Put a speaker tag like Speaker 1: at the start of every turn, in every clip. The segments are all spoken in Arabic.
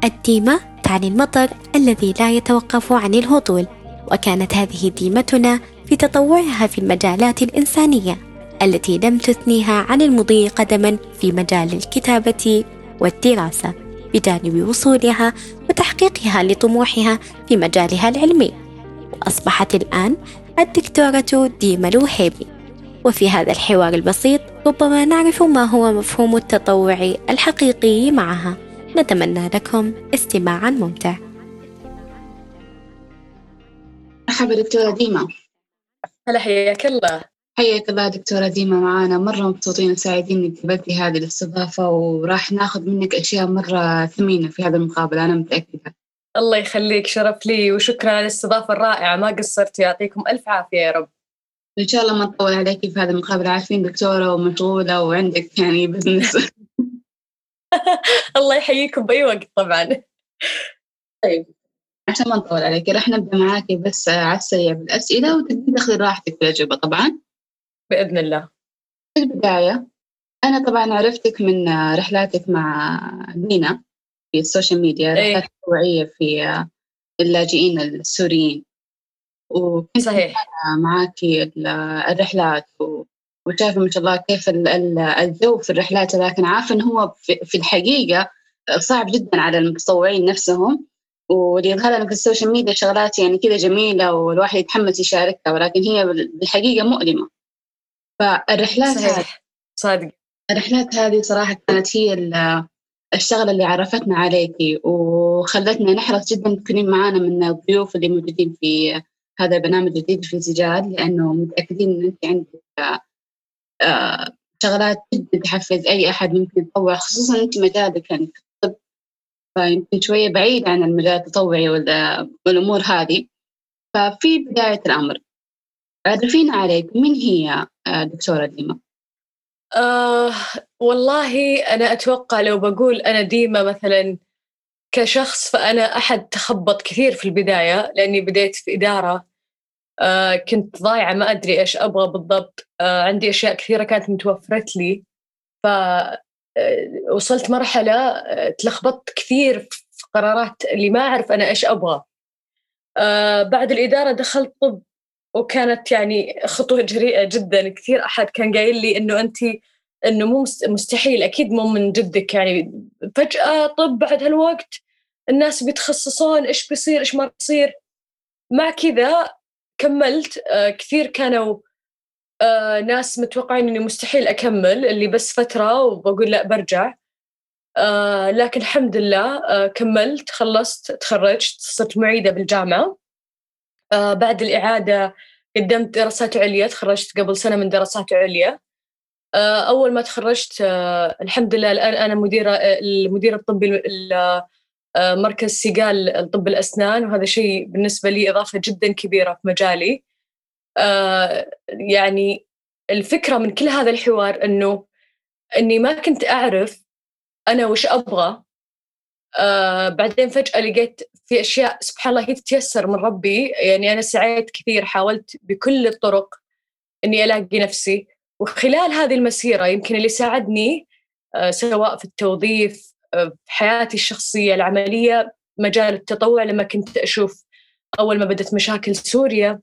Speaker 1: الديمة تعني المطر الذي لا يتوقف عن الهطول، وكانت هذه ديمتنا في تطوعها في المجالات الإنسانية التي لم تثنيها عن المضي قدما في مجال الكتابة والدراسة، بجانب وصولها وتحقيقها لطموحها في مجالها العلمي. وأصبحت الآن الدكتورة ديمة الوهيبي. وفي هذا الحوار البسيط ربما نعرف ما هو مفهوم التطوع الحقيقي معها. نتمنى لكم استماعا ممتع.
Speaker 2: مرحبا دكتورة ديمة.
Speaker 3: هلا، حياك الله.
Speaker 2: حياك الله دكتورة ديمة، معانا مرة مبسوطين وسعيدين إنك قبلتي هذه الاستضافة، وراح ناخذ منك أشياء مرة ثمينة في هذا المقابلة، أنا متأكدة.
Speaker 3: الله يخليك، شرف لي وشكرا على الاستضافة الرائعة، ما قصرت، يعطيكم ألف عافية يا رب.
Speaker 2: إن شاء الله ما نطول عليكي في هذا المقابلة، عارفين دكتورة ومشغولة وعندك يعني بزنس.
Speaker 3: الله يحييكم بأي وقت طبعا.
Speaker 2: طيب عشان ما نطول عليكي راح نبدأ معاكي بس على السريع بالأسئلة، وتقدري تاخذي راحتك في الإجابة طبعا.
Speaker 3: بإذن الله.
Speaker 2: في البداية أنا طبعا عرفتك من رحلاتك مع دينا في السوشيال ميديا، رحلات تطوعية في اللاجئين السوريين، وكنت
Speaker 3: صحيح
Speaker 2: معاكي الرحلات وشايفة ما شاء الله كيف الجو في الرحلات، لكن عارفة إن هو في الحقيقة صعب جدا على المتطوعين نفسهم، واللي يظهر لنا في السوشيال ميديا شغلات يعني كذا جميلة والواحد يتحمس يشاركها، ولكن هي بالحقيقة مؤلمة. فالرحلات
Speaker 3: صحيح صادق.
Speaker 2: الرحلات هذه صراحة كانت هي الشغلة اللي عرفتنا عليكي وخلتنا نحرص جدا تكونين معانا من الضيوف اللي موجودين في هذا البرنامج الجديد في الزجاج، لأنه متأكدين إن أنت عندك شغلات جدا تحفز أي أحد ممكن يتطوع، خصوصا أنت مجالك يعني في الطب، فيمكن شوية بعيد عن المجال التطوعي والأمور هذه. ففي بداية الأمر عرفينا عليك، من هي دكتورة ديمة؟
Speaker 3: والله أنا أتوقع لو بقول أنا ديمة مثلا كشخص، فأنا أحد تخبط كثير في البداية، لأني بديت في إدارة، كنت ضايعة ما أدري إيش أبغى بالضبط، عندي أشياء كثيرة كانت متوفرت لي، فوصلت مرحلة تلخبطت كثير في قرارات اللي ما أعرف أنا إيش أبغى. بعد الإدارة دخلت طب، وكانت يعني خطوة جريئة جدا. كثير أحد كان قايل لي إنه مو مستحيل، أكيد مو من جدك، يعني فجأة طب بعد هالوقت الناس بيتخصصون، إيش بيصير إيش ما بيصير. مع كذا كملت. كثير كانوا ناس متوقعين إني مستحيل أكمل، اللي بس فترة وبقول لا برجع. لكن الحمد لله كملت، خلصت، تخرجت، صرت معيدة بالجامعة. بعد الإعادة قدمت دراسات عليا، تخرجت قبل سنة من دراسات عليا. أول ما تخرجت الحمد لله الآن أنا المدير الطبي مركز سيقال لطب الأسنان، وهذا شيء بالنسبة لي إضافة جدا كبيرة في مجالي. يعني الفكرة من كل هذا الحوار إني ما كنت أعرف أنا وش أبغى. بعدين فجأة لقيت في أشياء سبحان الله هي تتيسر من ربي، يعني أنا سعيت كثير، حاولت بكل الطرق إني ألاقي نفسي. وخلال هذه المسيرة يمكن اللي ساعدني سواء في التوظيف في حياتي الشخصية العملية مجال التطوع. لما كنت أشوف أول ما بدت مشاكل سوريا،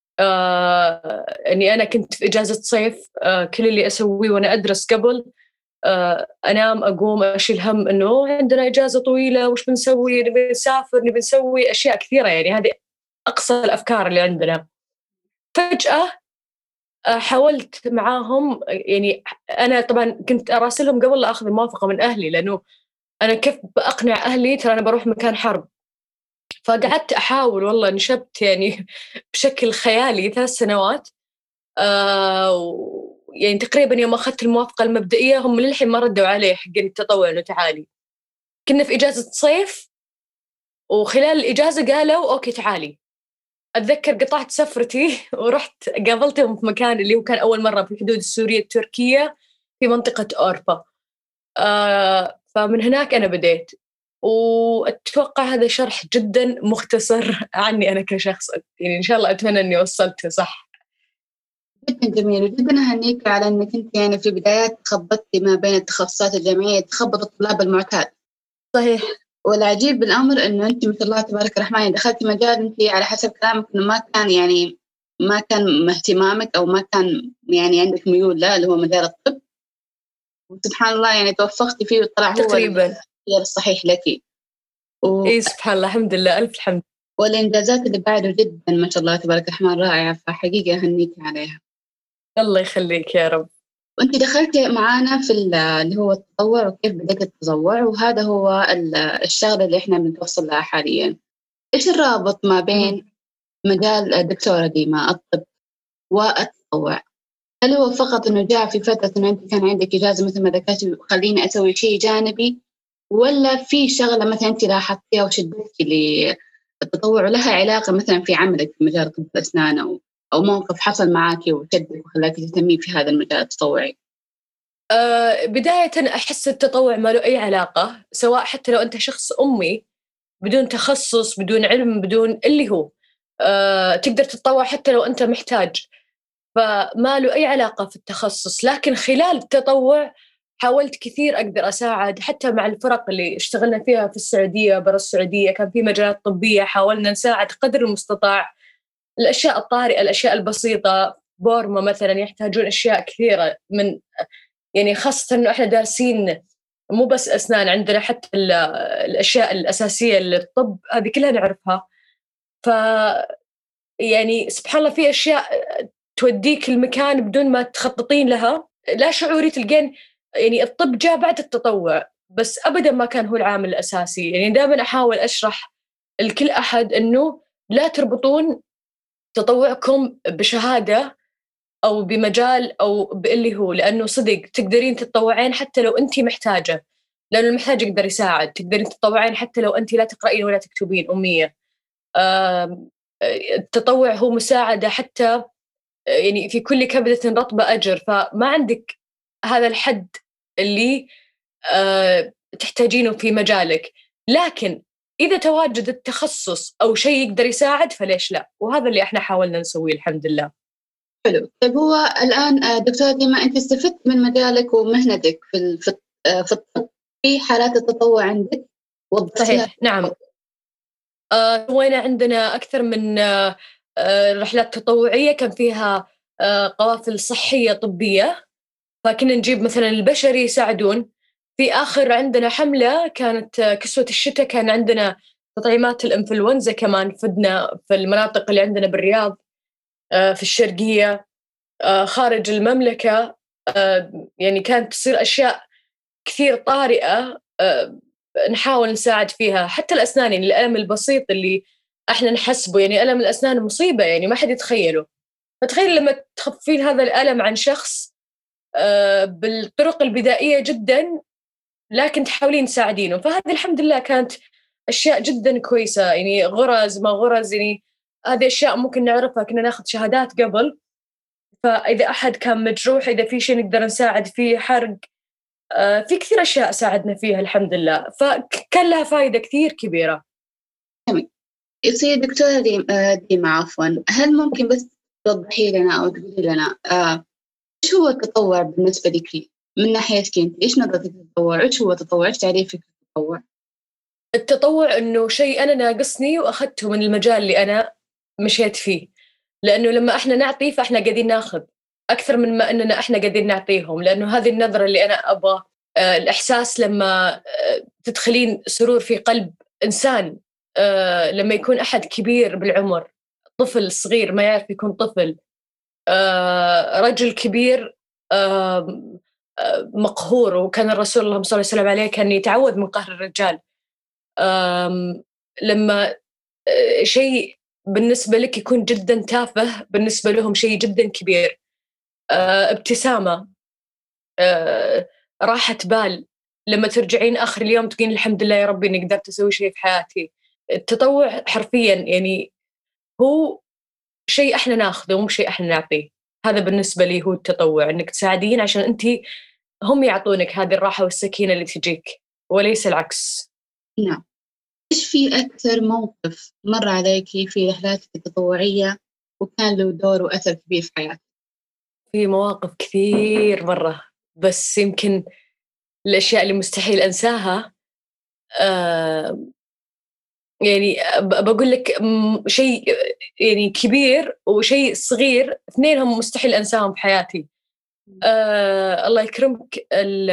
Speaker 3: أني أنا كنت في إجازة صيف، كل اللي أسويه وأنا أدرس قبل أنام أقوم أشيل هم إنه عندنا إجازة طويلة، وش بنسوي، نبي نسافر، نبي نسوي أشياء كثيرة، يعني هذه أقصى الأفكار اللي عندنا. فجأة حاولت معاهم، يعني أنا طبعا كنت أراسلهم قبل لا أخذ الموافقة من أهلي، لأنه أنا كيف بأقنع أهلي ترى أنا بروح مكان حرب. فقعدت أحاول، والله نشبت يعني بشكل خيالي 3 سنوات. يعني تقريبا يوم أخذت الموافقة المبدئية هم للحين ما ردوا علي حقين التطوع إنه تعالي. كنا في إجازة صيف، وخلال الإجازة قالوا أوكي تعالي. أتذكر قطعت سفرتي ورحت قابلتهم في مكان اللي هو كان أول مرة في الحدود السورية التركية في منطقة أوربا. فمن هناك أنا بديت، وأتوقع هذا شرح جدا مختصر عني أنا كشخص، يعني إن شاء الله أتمنى أني وصلت صح.
Speaker 2: جدا جميل، وجدا أهنيك على أنك أنت يعني في بدايات تخبطتي ما بين التخصصات الجامعية، تخبط الطلاب المعتاد.
Speaker 3: صحيح.
Speaker 2: والعجيب بالأمر إنه أنت ما شاء الله تبارك الرحمن يعني دخلتي مجال أنت على حسب كلامك إنه ما كان يعني ما كان اهتمامك أو ما كان يعني عندك ميول له، اللي هو مجال الطب، وسبحان الله يعني توفقتي فيه وطلع هو
Speaker 3: تقريبا.
Speaker 2: الخيار الصحيح لك.
Speaker 3: إيه سبحان الله، الحمد لله، ألف الحمد.
Speaker 2: والإنجازات اللي بعده جدا ما شاء الله تبارك الرحمن رائعة، فحقيقة أهنيك عليها.
Speaker 3: الله يخليك يا رب.
Speaker 2: وأنت دخلتي معانا في اللي هو التطوع وكيف بدأت التطوع، وهذا هو الشغلة اللي إحنا بنتوصل لها حاليا. إيش الرابط ما بين مجال الدكتورة ديما الطب والتطوع؟ هل هو فقط إنه جاء في فترة إنه أنت كان عندك إجازة مثل ما ذكرتي خليني أسوي شيء جانبي، ولا في شغلة مثلا أنت لاحظتيها وشدتك للتطوع ولها علاقة مثلا في عملك في مجال طب الأسنان، أو موقف حصل معك وشدك وخلاك تهتمي في هذا المجال التطوعي؟
Speaker 3: بداية أحس التطوع ما له أي علاقة، سواء حتى لو أنت شخص أمي بدون تخصص بدون علم بدون اللي هو تقدر تتطوع حتى لو أنت محتاج، فما له أي علاقة في التخصص. لكن خلال التطوع حاولت كثير أقدر أساعد، حتى مع الفرق اللي اشتغلنا فيها في السعودية برا السعودية كان في مجالات طبية حاولنا نساعد قدر المستطاع. الأشياء الطارئة، الأشياء البسيطة، بورما مثلا يحتاجون أشياء كثيرة من يعني خاصة إنه إحنا دارسين مو بس أسنان، عندنا حتى الأشياء الأساسية للطب هذه كلها نعرفها. ف يعني سبحان الله في أشياء توديك المكان بدون ما تخططين لها، لا شعوري تلقين يعني الطب جاء بعد التطوع، بس أبدا ما كان هو العامل الأساسي. يعني دائما أحاول أشرح لكل أحد إنه لا تربطون تطوعكم بشهادة أو بمجال أو باللي هو، لأنه صدق تقدرين تتطوعين حتى لو أنت محتاجة، لأنه المحتاج يقدر يساعد. تقدرين تتطوعين حتى لو أنت لا تقرأين ولا تكتبين، أمية. التطوع هو مساعدة حتى يعني في كل كبدة رطبة أجر، فما عندك هذا الحد اللي تحتاجينه في مجالك. لكن إذا تواجد التخصص أو شيء يقدر يساعد فليش لا، وهذا اللي احنا حاولنا نسويه الحمد لله.
Speaker 2: حلو. طيب هو الآن دكتورة ديما أنت استفدت من مجالك ومهنتك في الطب في حالات التطوع عندك وضحتيها؟
Speaker 3: صحيح نعم. سوينا عندنا أكثر من رحلات تطوعية كان فيها قوافل صحية طبية، فكنا نجيب مثلا البشري يساعدون. في آخر عندنا حملة كانت كسوة الشتاء، كان عندنا تطعيمات الإنفلونزا كمان فدنا في المناطق اللي عندنا بالرياض، في الشرقية، خارج المملكة. يعني كانت تصير أشياء كثير طارئة نحاول نساعد فيها. حتى الأسنان يعني الألم البسيط اللي احنا نحسبه، يعني ألم الأسنان مصيبة يعني ما حد يتخيله، فتخيل لما تخفين هذا الألم عن شخص بالطرق البدائية جدا لكن تحاولين تساعدينه. فهذه الحمد لله كانت أشياء جدا كويسة. يعني غرز ما غرز، يعني هذه أشياء ممكن نعرفها، كنا ناخذ شهادات قبل، فإذا أحد كان مجروح إذا في شيء نقدر نساعد فيه، حرق، في كثير أشياء ساعدنا فيها الحمد لله، فكان لها فائدة كثير كبيرة.
Speaker 2: يصير دكتورة ديما عفوا، هل ممكن بس توضحي لنا أو تقولي لنا إيش هو التطوع بالنسبة لك من ناحيتك أنت؟ إيش نظرتك للتطوع؟ إيش هو التطوع؟ إيش تعريفك للتطوع؟
Speaker 3: التطوع إنه شيء أنا ناقصني وأخذته من المجال اللي أنا مشيت فيه، لأنه لما إحنا نعطي فإحنا قاعدين ناخذ أكثر من ما أننا إحنا قاعدين نعطيهم. لأنه هذه النظرة اللي أنا أبغى، الإحساس لما تدخلين سرور في قلب إنسان، لما يكون أحد كبير بالعمر، طفل صغير ما يعرف يكون طفل، رجل كبير مقهور، وكان الرسول اللهم صل وسلم عليه كان يتعوذ من قهر الرجال. لما شيء بالنسبة لك يكون جدا تافه بالنسبة لهم شيء جدا كبير، ابتسامة، راحة بال، لما ترجعين آخر اليوم تقولين الحمد لله يا ربي إني قدرت أسوي شيء في حياتي. التطوع حرفيا يعني هو شيء إحنا ناخذه مو شيء إحنا نعطيه. هذا بالنسبة لي هو التطوع، إنك تساعدين عشان أنت هم يعطونك هذه الراحة والسكينة اللي تجيك وليس العكس.
Speaker 2: نعم. إيش في أكثر موقف مر عليكي في رحلاتك التطوعية وكان له دور وأثر كبير في حياتك؟
Speaker 3: في مواقف كثير مرة، بس يمكن الأشياء اللي مستحيل أنساها يعني بقول لك شيء يعني كبير وشيء صغير، اثنينهم مستحيل أنساهم بحياتي. الله يكرمك.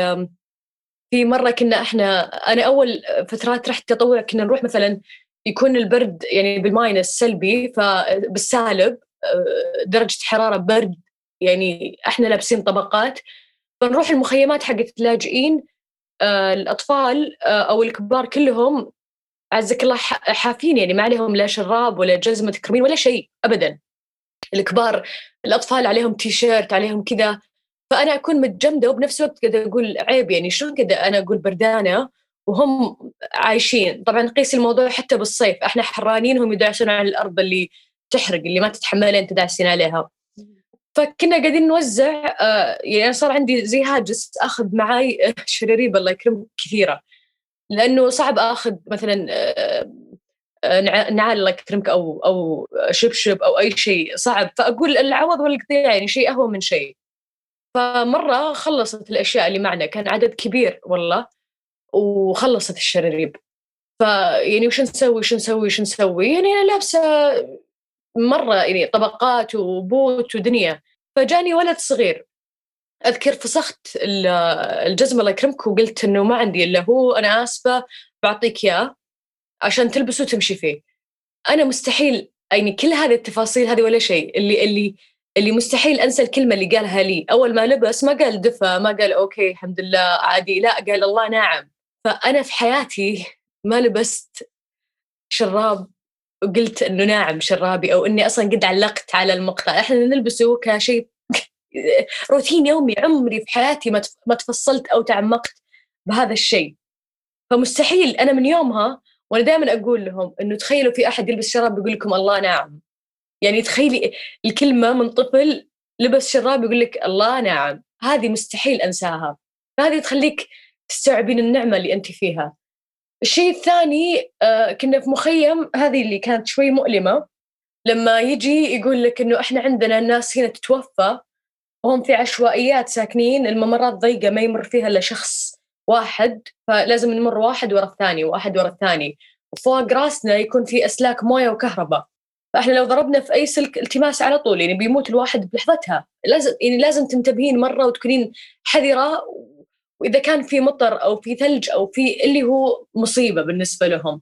Speaker 3: في مرة كنا أنا أول فترات رحت تطوع كنا نروح مثلا يكون البرد يعني بالماينس سلبي، فبالسالب درجة حرارة برد، يعني احنا لابسين طبقات، فنروح المخيمات حقت اللاجئين. الأطفال أو الكبار كلهم عزك الله حافين، يعني ما عليهم لا شراب ولا جزمة تكرمين ولا شيء أبدا. الكبار الأطفال عليهم تيشيرت عليهم كذا، فأنا أكون متجمدة وبنفس الوقت كده أقول عيب، يعني شلون كده أنا أقول بردانة وهم عايشين. طبعا قيس الموضوع حتى بالصيف، احنا حرانين هم يدعسون على الأرض اللي تحرق اللي ما تتحملين انت داعسين عليها. فكنا قاعدين نوزع يعني صار عندي زي هاجس أخذ معاي شراريب الله يكرمك كثيرة، لأنه صعب أخذ مثلا نعال الله يكرمك أو شبشب أو أي شيء صعب، فأقول العوض والقطيع يعني شيء أهون من شيء. فمرة خلصت الأشياء اللي معنا، كان عدد كبير والله، وخلصت الشراريب. فيعني وش نسوي يعني أنا لابسة مرة يعني طبقات وبوت ودنيا. فجاني ولد صغير أذكر فسخت الجزمة الله يكرمك وقلت إنه ما عندي إلا هو، أنا آسفة بعطيك إياه عشان تلبسه وتمشي فيه. أنا مستحيل يعني كل هذه التفاصيل هذه ولا شيء، اللي مستحيل أنسى الكلمة اللي قالها لي أول ما لبس. ما قال دفى، ما قال أوكي الحمد لله عادي، لا قال الله ناعم. فأنا في حياتي ما لبست شراب وقلت إنه ناعم شرابي، أو إني أصلاً قد علقت على المقطع. إحنا نلبسه كشيء روتين يومي، عمري في حياتي ما تفصلت أو تعمقت بهذا الشيء. فمستحيل أنا من يومها وأنا دائما أقول لهم إنه تخيلوا في أحد يلبس شراب يقول لكم الله ناعم. يعني تخيلي الكلمة من طفل لبس شراب يقول لك الله ناعم، هذه مستحيل أنساها. هذه تخليك تستوعبين النعمة اللي أنت فيها. الشيء الثاني كنا في مخيم، هذه اللي كانت شوي مؤلمة، لما يجي يقول لك إنه إحنا عندنا الناس هنا تتوفى وهم في عشوائيات ساكنين، الممرات ضيقة ما يمر فيها إلا شخص واحد، فلازم نمر واحد ورا الثاني واحد ورا الثاني، وفوق راسنا يكون في أسلاك موية وكهرباء. فإحنا لو ضربنا في أي سلك التماس على طول يعني بيموت الواحد بلحظتها. لازم تنتبهين مرة وتكونين حذرة، وإذا كان في مطر أو في ثلج أو في اللي هو مصيبة بالنسبة لهم.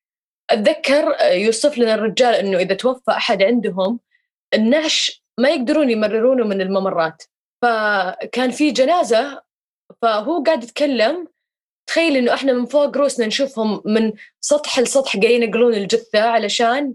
Speaker 3: أتذكر يوصف لنا الرجال إنه إذا توفى أحد عندهم النعش ما يقدرون يمررونه من الممرات، فكان في جنازة فهو قاعد يتكلم، تخيل إنه إحنا من فوق روسنا نشوفهم من سطح لسطح قاعدين ينقلون الجثة علشان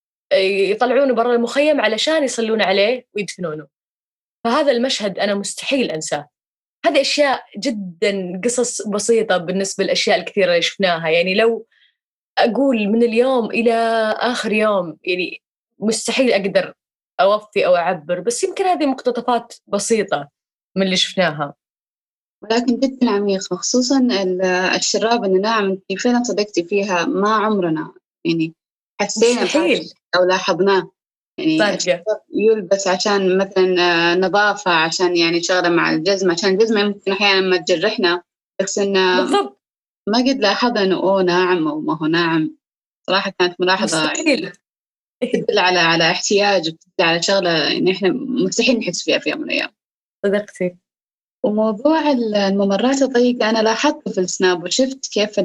Speaker 3: يطلعونه برا المخيم علشان يصلون عليه ويدفنونه. فهذا المشهد أنا مستحيل أنساه. هذه أشياء جدا قصص بسيطة بالنسبة للأشياء الكثيرة اللي شفناها. يعني لو أقول من اليوم إلى آخر يوم يعني مستحيل أقدر أوفي أو أعبر، بس يمكن هذه مقتطفات بسيطة من اللي شفناها.
Speaker 2: ولكن جدا عميقة، خصوصا الشراب إنه ناعم. أنت فعلا صدقتي فيها، ما عمرنا يعني حسينا بهذا أو لاحظناه. يعني الشراب يلبس عشان مثلا نظافة، عشان يعني شغلة مع الجزمة، عشان الجزمة ممكن أحيانا ما تجرحنا، بس إنه
Speaker 3: بالضبط
Speaker 2: ما قد لاحظنا إنه أوه ناعم أو ما هو ناعم. صراحة كانت ملاحظة
Speaker 3: مستحيل.
Speaker 2: تدل على احتياج، وتدل على شغلة يعني إحنا مستحيل نحس فيها في يوم من الأيام.
Speaker 3: صدقتي.
Speaker 2: وموضوع الممرات الضيقة أنا لاحظته في السناب، وشفت كيف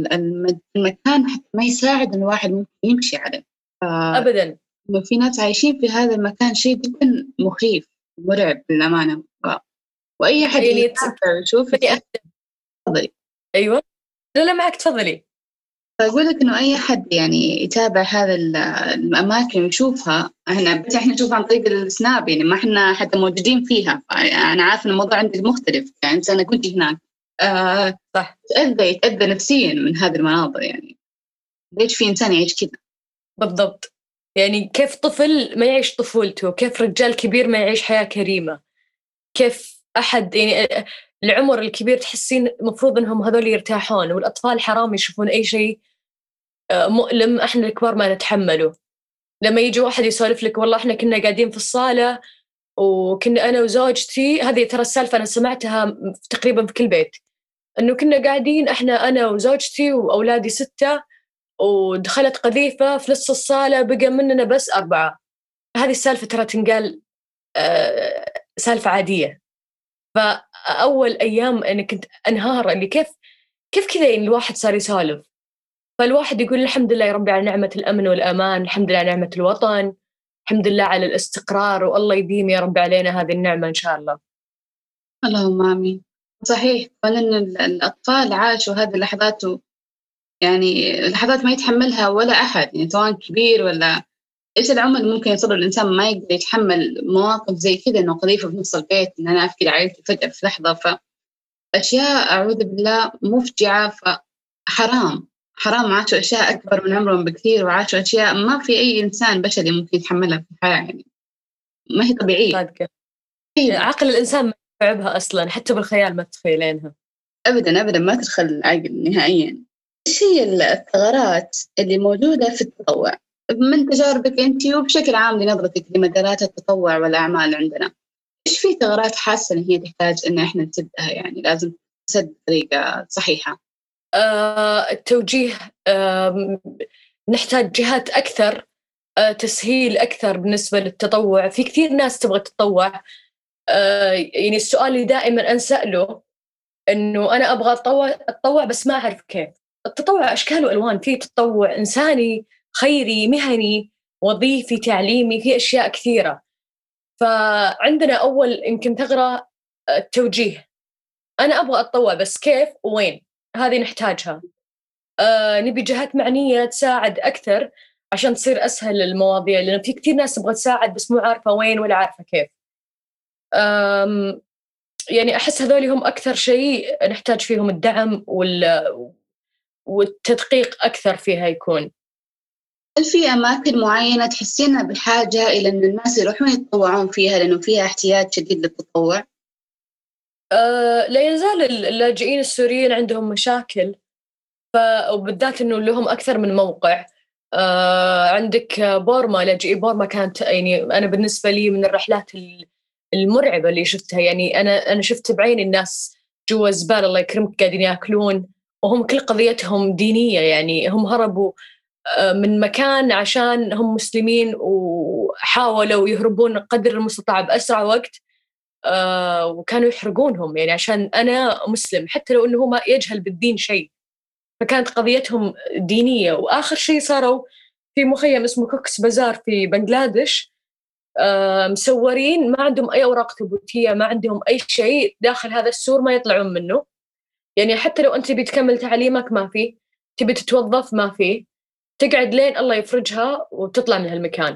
Speaker 2: المكان حتى ما يساعد إن الواحد ممكن يمشي عليه
Speaker 3: أبداً.
Speaker 2: إنه في ناس عايشين في هذا المكان، شيء جدا مخيف مرعب للأمانة. وأي حد
Speaker 3: يعني
Speaker 2: يشوف تفضلي.
Speaker 3: أيوة لا معك تفضلي.
Speaker 2: فأقول لك إنه أي حد يعني يتابع هذا الأماكن ويشوفها، إحنا نشوفها عن طريق السناب، يعني ما إحنا حتى موجودين فيها. أنا عارفة إن الموضوع عندك مختلف، يعني أنا كنت هناك.
Speaker 3: صح.
Speaker 2: يتأذى نفسيا من هذه المناظر. يعني ليش في إنسان يعيش كذا؟
Speaker 3: بالضبط. يعني كيف طفل ما يعيش طفولته، كيف رجال كبير ما يعيش حياة كريمة، كيف أحد يعني العمر الكبير تحسين مفروض إنهم هذول يرتاحون، والأطفال حرام يشوفون أي شيء مؤلم إحنا الكبار ما نتحمله. لما يجي واحد يسولف لك والله إحنا كنا قاعدين في الصالة وكنا أنا وزوجتي، هذه ترى السالفة أنا سمعتها تقريبا في كل بيت، إنه كنا قاعدين أنا وزوجتي وأولادي 6، ودخلت قذيفة في نص الصالة، بقى مننا بس 4. هذه السالفة ترى تنقال سالفة عادية. فأول أيام أنا كنت أنهار، اللي كيف كذا يعني الواحد صار يسولف. فالواحد يقول الحمد لله يا ربي على نعمة الأمن والأمان، الحمد لله على نعمة الوطن، الحمد لله على الاستقرار، والله يديم يا رب علينا هذه النعمة إن شاء الله.
Speaker 2: اللهم آمين. صحيح، لأن الأطفال عاشوا هذه اللحظات، يعني لحظات ما يتحملها ولا أحد، يعني سواء كبير ولا إيش العمر اللي ممكن يصير الإنسان ما يقدر يتحمل مواقف زي كذا، إنه قذيفة في نص البيت، إن أنا أفقد عائلتي فجأة في لحظة. فأشياء أعوذ بالله مفجعة. فحرام حرام عاشوا أشياء أكبر من عمرهم بكثير، وعاشوا أشياء ما في أي إنسان بشري ممكن يتحملها في الحياة، يعني ما هي طبيعية.
Speaker 3: صادقة.
Speaker 2: طيب.
Speaker 3: عقل الإنسان ما يستوعبها أصلاً، حتى بالخيال ما تتخيلينها.
Speaker 2: أبداً أبداً ما تدخل العقل نهائياً. إيش هي الثغرات اللي موجودة في التطوع من تجاربك أنت، وبشكل عام لنظرتك لمجالات التطوع والأعمال عندنا؟ إيش في ثغرات حاسة إن هي تحتاج إن إحنا نسدها، يعني لازم تسد بطريقة صحيحة؟
Speaker 3: التوجيه. نحتاج جهات أكثر، تسهيل أكثر بالنسبة للتطوع. في كثير ناس تبغى تتطوع. يعني السؤال اللي دائما أنسأله إنه أنا أبغى أتطوع بس ما أعرف كيف. التطوع أشكال وألوان، في تطوع إنساني، خيري، مهني، وظيفي، تعليمي، في أشياء كثيرة. فعندنا أول يمكن ثغرة التوجيه. أنا أبغى أتطوع بس كيف ووين، هذه نحتاجها. نبي جهات معنية تساعد أكثر عشان تصير أسهل المواضيع، لأن في كثير ناس تبغى تساعد بس مو عارفة وين ولا عارفة كيف. يعني أحس هذول هم أكثر شيء نحتاج فيهم الدعم والتدقيق أكثر فيها يكون.
Speaker 2: هل في أماكن معينة تحسينها بحاجة إلى إن الناس يروحون يتطوعون فيها لأنه فيها احتياج شديد للتطوع؟
Speaker 3: لا يزال اللاجئين السوريين عندهم مشاكل، وبالذات إنه لهم أكثر من موقع. عندك بورما، لاجئي بورما كانت يعني أنا بالنسبة لي من الرحلات المرعبة اللي شفتها. يعني أنا شفت بعيني الناس جوا الزبالة الله يكرمك قاعدين يأكلون، وهم كل قضيتهم دينية. يعني هم هربوا من مكان عشان هم مسلمين، وحاولوا يهربون قدر المستطاع بأسرع وقت، وكانوا يحرقونهم يعني عشان أنا مسلم، حتى لو أنه هو ما يجهل بالدين شيء. فكانت قضيتهم دينية. وآخر شيء صاروا في مخيم اسمه كوكس بازار في بنغلاديش، مسورين، ما عندهم أي أوراق ثبوتية، ما عندهم أي شيء داخل هذا السور ما يطلعون منه. يعني حتى لو أنت تبي تكمل تعليمك ما في، تبي تتوظف ما في، تقعد لين الله يفرجها وتطلع من هالمكان.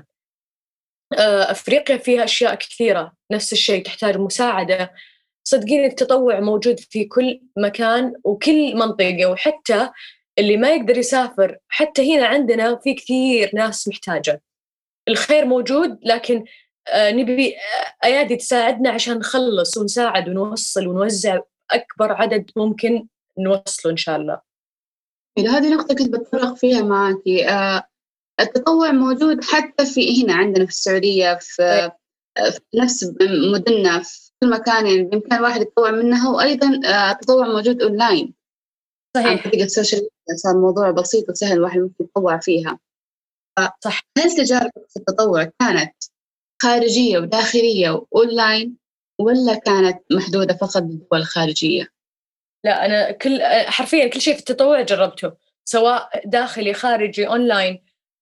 Speaker 3: أفريقيا فيها أشياء كثيرة نفس الشيء تحتاج مساعدة. صدقيني التطوع موجود في كل مكان وكل منطقة، وحتى اللي ما يقدر يسافر حتى هنا عندنا في كثير ناس محتاجة. الخير موجود، لكن نبي أيادي تساعدنا عشان نخلص ونساعد ونوصل ونوزع أكبر عدد ممكن نوصله إن شاء الله.
Speaker 2: إلى هذه النقطة كنت بتطرق فيها معك. التطوع موجود حتى في هنا عندنا في السعودية، في نفس مدننا، في كل مكان، يعني بإمكان الواحد يتطوع منها. وأيضا التطوع موجود أونلاين عن
Speaker 3: صحيح.
Speaker 2: طريق السوشيال ميديا، صار الموضوع بسيط وسهل الواحد ممكن يتطوع فيها.
Speaker 3: صح.
Speaker 2: هل تجاربك في التطوع كانت خارجية وداخلية وأونلاين، ولا كانت محدودة فقط بالدول الخارجية؟
Speaker 3: لا، أنا حرفيا كل شيء في التطوع جربته، سواء داخلي خارجي أونلاين،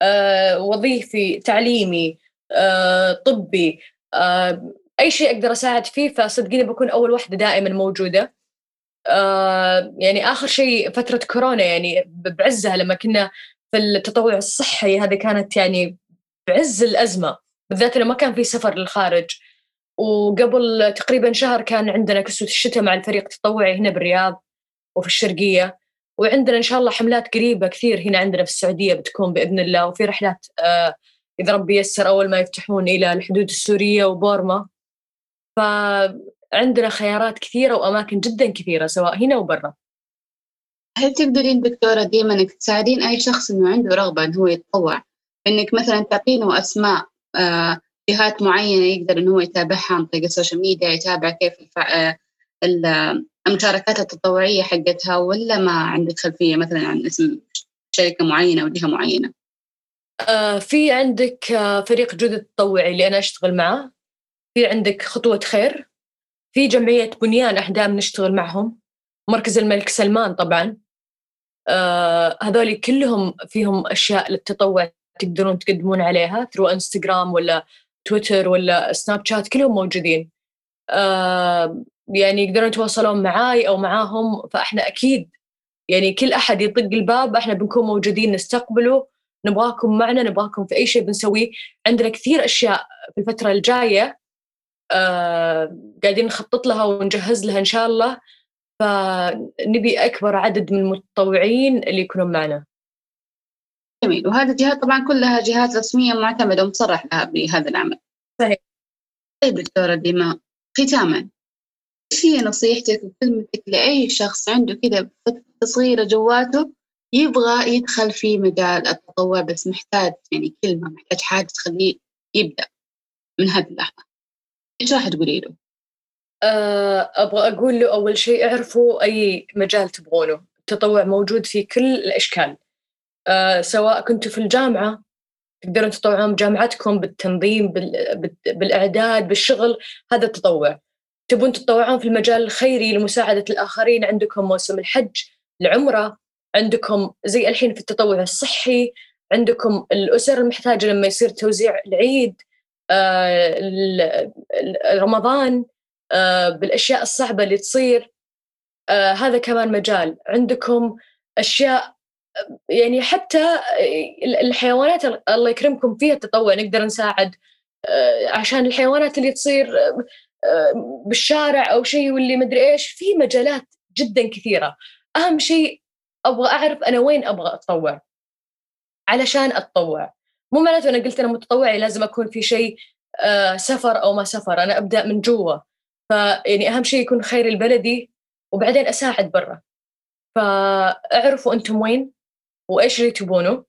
Speaker 3: وظيفي، تعليمي، طبي، أي شيء أقدر أساعد فيه. فصدقيني بكون أول واحدة دائما موجودة. يعني آخر شيء فترة كورونا، يعني بعزها لما كنا في التطوع الصحي، هذه كانت يعني بعز الأزمة، بالذات لما ما كان في سفر للخارج. وقبل تقريبا شهر كان عندنا كسوة الشتاء مع الفريق التطوعي هنا بالرياض وفي الشرقية. وعندنا إن شاء الله حملات قريبة كثير هنا عندنا في السعودية بتكون بإذن الله، وفي رحلات إذا ربي ييسر أول ما يفتحون إلى الحدود السورية وبورما. فعندنا خيارات كثيرة وأماكن جدا كثيرة سواء هنا وبرا.
Speaker 2: هل تقدرين دكتورة ديما إنك تساعدين أي شخص إنه عنده رغبة إنه هو يتطوع، إنك مثلا تعطينه أسماء جهات معينة يقدر إنه هو يتابعها عن طريق السوشيال ميديا، يتابع كيف المشاركات التطوعية حقتها، ولا ما عندك خلفية مثلا عن اسم شركة معينة أو جهة معينة؟
Speaker 3: في عندك فريق جودة التطوعي اللي أنا أشتغل معه، في عندك خطوة خير، في جمعية بنيان أحدام نشتغل معهم، مركز الملك سلمان طبعاً. هذول كلهم فيهم أشياء للتطوع تقدرون تقدمون عليها ثرو إنستغرام ولا تويتر ولا سناب شات، كلهم موجودين. يعني يقدرون يتواصلون معاي أو معاهم، فإحنا أكيد يعني كل أحد يطق الباب إحنا بنكون موجودين نستقبله، نبغاكم معنا، نبغاكم في أي شيء بنسويه. عندنا كثير أشياء في الفترة الجاية قاعدين نخطط لها ونجهز لها إن شاء الله، فنبي أكبر عدد من المتطوعين اللي يكونون معنا.
Speaker 2: جميل. وهذه الجهات طبعا كلها جهات رسمية معتمدة ومصرح لها بهذا العمل.
Speaker 3: صحيح.
Speaker 2: طيب دكتورة ديما، ختاما، إيش هي نصيحتك وكلمتك لأي شخص عنده كده فترة صغيرة جواته يبغى يدخل في مجال التطوع، بس محتاج يعني كلمة، محتاج حاجة تخليه يبدأ من هذه اللحظة، إيش راح تقولي له؟
Speaker 3: أبغى أقول له أول شيء اعرفوا أي مجال تبغونه، التطوع موجود في كل الأشكال. سواء كنتوا في الجامعة تقدرون تتطوعون بجامعتكم بالتنظيم بالإعداد بالشغل، هذا التطوع. تبون تتطوعون في المجال الخيري لمساعدة الآخرين، عندكم موسم الحج، العمرة، عندكم زي الحين في التطوع الصحي، عندكم الأسر المحتاجة لما يصير توزيع العيد، رمضان، بالأشياء الصعبة اللي تصير. هذا كمان مجال. عندكم أشياء يعني حتى الحيوانات الله يكرمكم فيها التطوع، نقدر نساعد عشان الحيوانات اللي تصير بالشارع أو شيء واللي مدري إيش. في مجالات جدا كثيرة. أهم شيء أبغى أعرف أنا وين أبغى أتطوع علشان أتطوع. مو معناته أنا قلت أنا متطوعي لازم أكون في شيء سفر أو ما سفر، أنا أبدأ من جوا. فيعني أهم شيء يكون خير البلدي وبعدين أساعد برا. فاعرفوا أنتم وين وإيش اللي تبونه.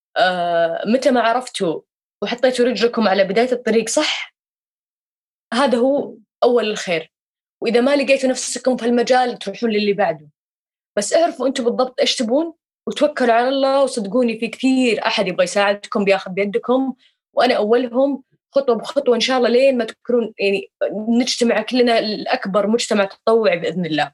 Speaker 3: متى ما عرفتوا وحطيتوا رجلكم على بداية الطريق صح، هذا هو أول الخير. وإذا ما لقيتوا نفسكم في المجال تروحون للي بعده. بس اعرفوا أنتم بالضبط إيش تبون وتوكلوا على الله. وصدقوني في كثير أحد يبغى يساعدكم بياخذ بيدكم، وأنا أولهم، خطوة بخطوة إن شاء الله لين ما تكونون يعني نجتمع كلنا الأكبر مجتمع تطوعي بإذن الله.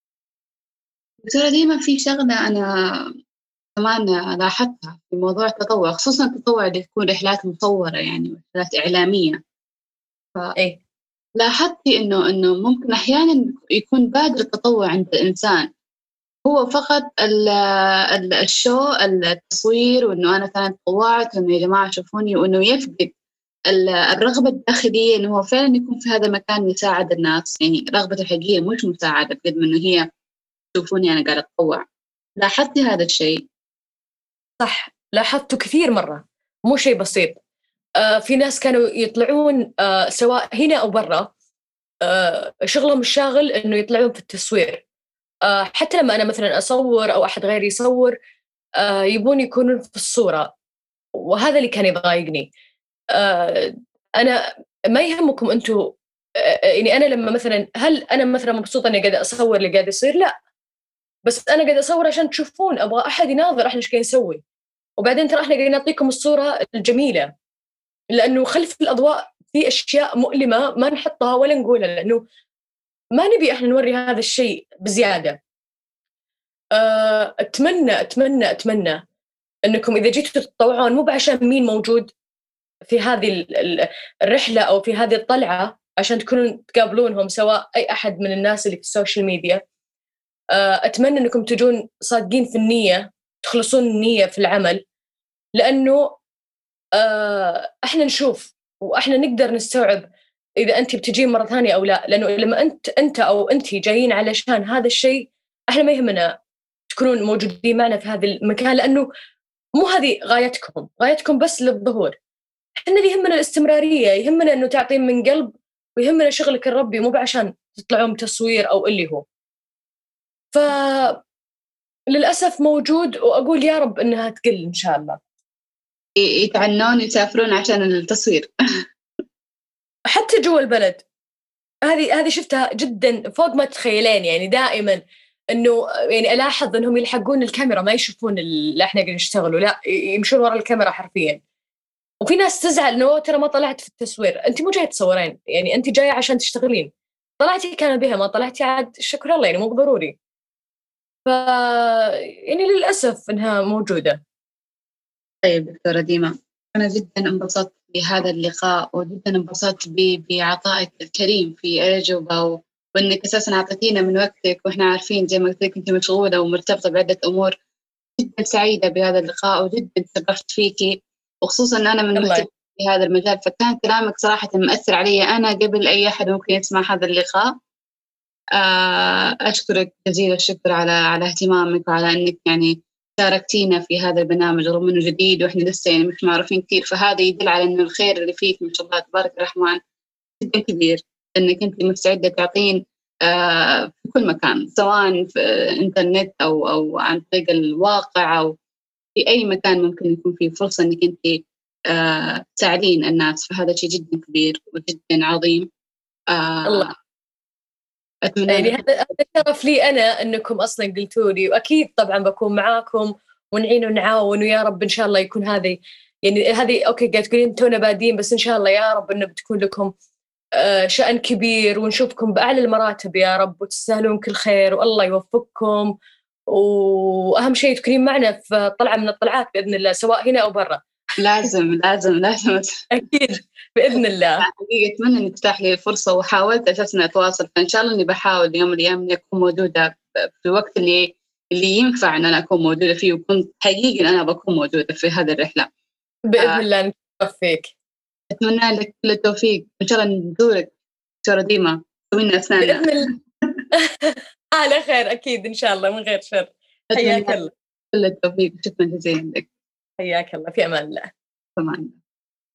Speaker 2: دكتورة ديما، في شغلة أنا كمان لاحظتها في موضوع التطوع، خصوصا التطوع اللي تكون رحلات مصورة يعني رحلات إعلامية.
Speaker 3: إيه.
Speaker 2: لاحظتي إنه ممكن أحيانا يكون بادر التطوع عند الإنسان هو فقط الشو، التصوير، وإنه أنا كانت طوعت وإنه يا جماعة شوفوني، وإنه يفقد الرغبة الداخلية إنه هو فعلا يكون في هذا المكان يساعد الناس. يعني رغبة الحقيقية مش مساعدة قد ما إنه هي شوفوني أنا قاعدة أتطوع. لاحظتي هذا الشيء؟
Speaker 3: صح، لاحظته كثير مرة، مو شيء بسيط. في ناس كانوا يطلعون سواء هنا أو برا، شغلهم الشاغل إنه يطلعون في التصوير. حتى لما أنا مثلا أصور أو أحد غيري يصور، يبون يكونون في الصورة، وهذا اللي كان يضايقني. أنا ما يهمكم أنتوا. يعني أنا لما مثلا، هل أنا مثلا مبسوطة إني قاعدة أصور اللي قاعد يصير؟ لا، بس أنا قاعدة أصور عشان تشوفون، أبغى أحد يناظر إحنا إيش قاعدين نسوي. وبعدين ترى إحنا قاعدين نعطيكم الصورة الجميلة، لأنه خلف الأضواء في أشياء مؤلمة ما نحطها ولا نقولها، لأنه ما نبي إحنا نوري هذا الشيء بزيادة. أتمنى أنكم إذا جيتوا تتطوعون مو بعشان مين موجود في هذه الرحلة أو في هذه الطلعة عشان تكونوا تقابلونهم، سواء أي أحد من الناس اللي في السوشيال ميديا. أتمنى أنكم تجون صادقين في النية، تخلصون النية في العمل، لأنه إحنا نشوف وإحنا نقدر نستوعب إذا أنت بتجين مرة ثانية أو لا. لأنه لما أنت أو أنت جايين علشان هذا الشيء، إحنا ما يهمنا تكونون موجودين معنا في هذا المكان، لأنه مو هذه غايتكم بس للظهور. إحنا اللي يهمنا الاستمرارية، يهمنا أنه تعطين من قلب، ويهمنا شغلك الربي، مو بعشان تطلعون تصوير أو اللي هو. فللأسف موجود، وأقول يا رب أنها تقل إن شاء الله.
Speaker 2: يتعنون يسافرون عشان التصوير.
Speaker 3: حتى جوا البلد هذه شفتها جدا فوق ما تتخيلين. يعني دائما انه يعني الاحظ انهم يلحقون الكاميرا، ما يشوفون اللي احنا قاعدين نشتغله، لا يمشون ورا الكاميرا حرفيا. وفي ناس تزعل انه ترى ما طلعت في التصوير. انت مو جايه تصورين، يعني انت جايه عشان تشتغلين، طلعتي كان بها، ما طلعتي عاد شكر الله، يعني مو ضروري. ف يعني للاسف انها موجوده.
Speaker 2: طيب دكتورة ديما، أنا جدا انبسطت بهذا اللقاء، وجدا انبسطت بعطائك الكريم في الأجوبة، وإنك أساسا أعطيتينا من وقتك، وإحنا عارفين زي ما قلت لك أنت مشغولة ومرتبطة بعدة أمور. جدا سعيدة بهذا اللقاء وجدا تشرفت فيكي، وخصوصا أن أنا من
Speaker 3: الله
Speaker 2: مهتمة في هذا المجال، فكان كلامك صراحة مؤثر علي أنا قبل أي أحد ممكن يسمع هذا اللقاء. أشكرك جزيل الشكر على اهتمامك، وعلى أنك يعني شاركتينا في هذا البرنامج رغم أنه جديد وإحنا لسه يعني مش معروفين كثير، فهذا يدل على أنه الخير اللي فيك ما شاء الله تبارك الرحمن جدا كبير، أنك أنت مستعدة تعطين في كل مكان، سواء في إنترنت أو عن طريق الواقع، أو في أي مكان ممكن يكون فيه فرصة أنك أنت تساعدين الناس، فهذا شيء جدا كبير وجدا عظيم.
Speaker 3: الله.
Speaker 2: أتمنى
Speaker 3: يعني هذا شرف لي أنا أنكم أصلا قلتوا لي، وأكيد طبعا بكون معاكم ونعين ونعاون، ويا رب إن شاء الله يكون هذه يعني هذه أوكي قاعد تقولين تونا بادين، بس إن شاء الله يا رب إنه بتكون لكم شأن كبير، ونشوفكم بأعلى المراتب يا رب، وتستاهلون كل خير، والله يوفقكم. وأهم شيء تكونين معنا في طلعة من الطلعات بإذن الله، سواء هنا أو برا.
Speaker 2: لازم لازم لازم.
Speaker 3: أكيد بإذن الله.
Speaker 2: حقيقة أتمنى إنك تتاح لي الفرصة، وحاولت أساسا أتواصل، فإن شاء الله إني بحاول يوم من الأيام إني أكون موجودة في الوقت اللي ينفع إن أنا أكون موجودة فيه، وكنت حقيقي إن أنا بكون موجودة في هذه الرحلة
Speaker 3: بإذن الله نتوفق فيك.
Speaker 2: أتمنى لك كل التوفيق، إن شاء الله نزورك دكتورة ديما، تسوي لنا أسناننا
Speaker 3: بإذن الله. على خير أكيد إن شاء الله، من غير شر. حياك الله.
Speaker 2: كل التوفيق، شكرا جزيلا لك.
Speaker 3: حياك الله، في أمان الله.
Speaker 2: تمام.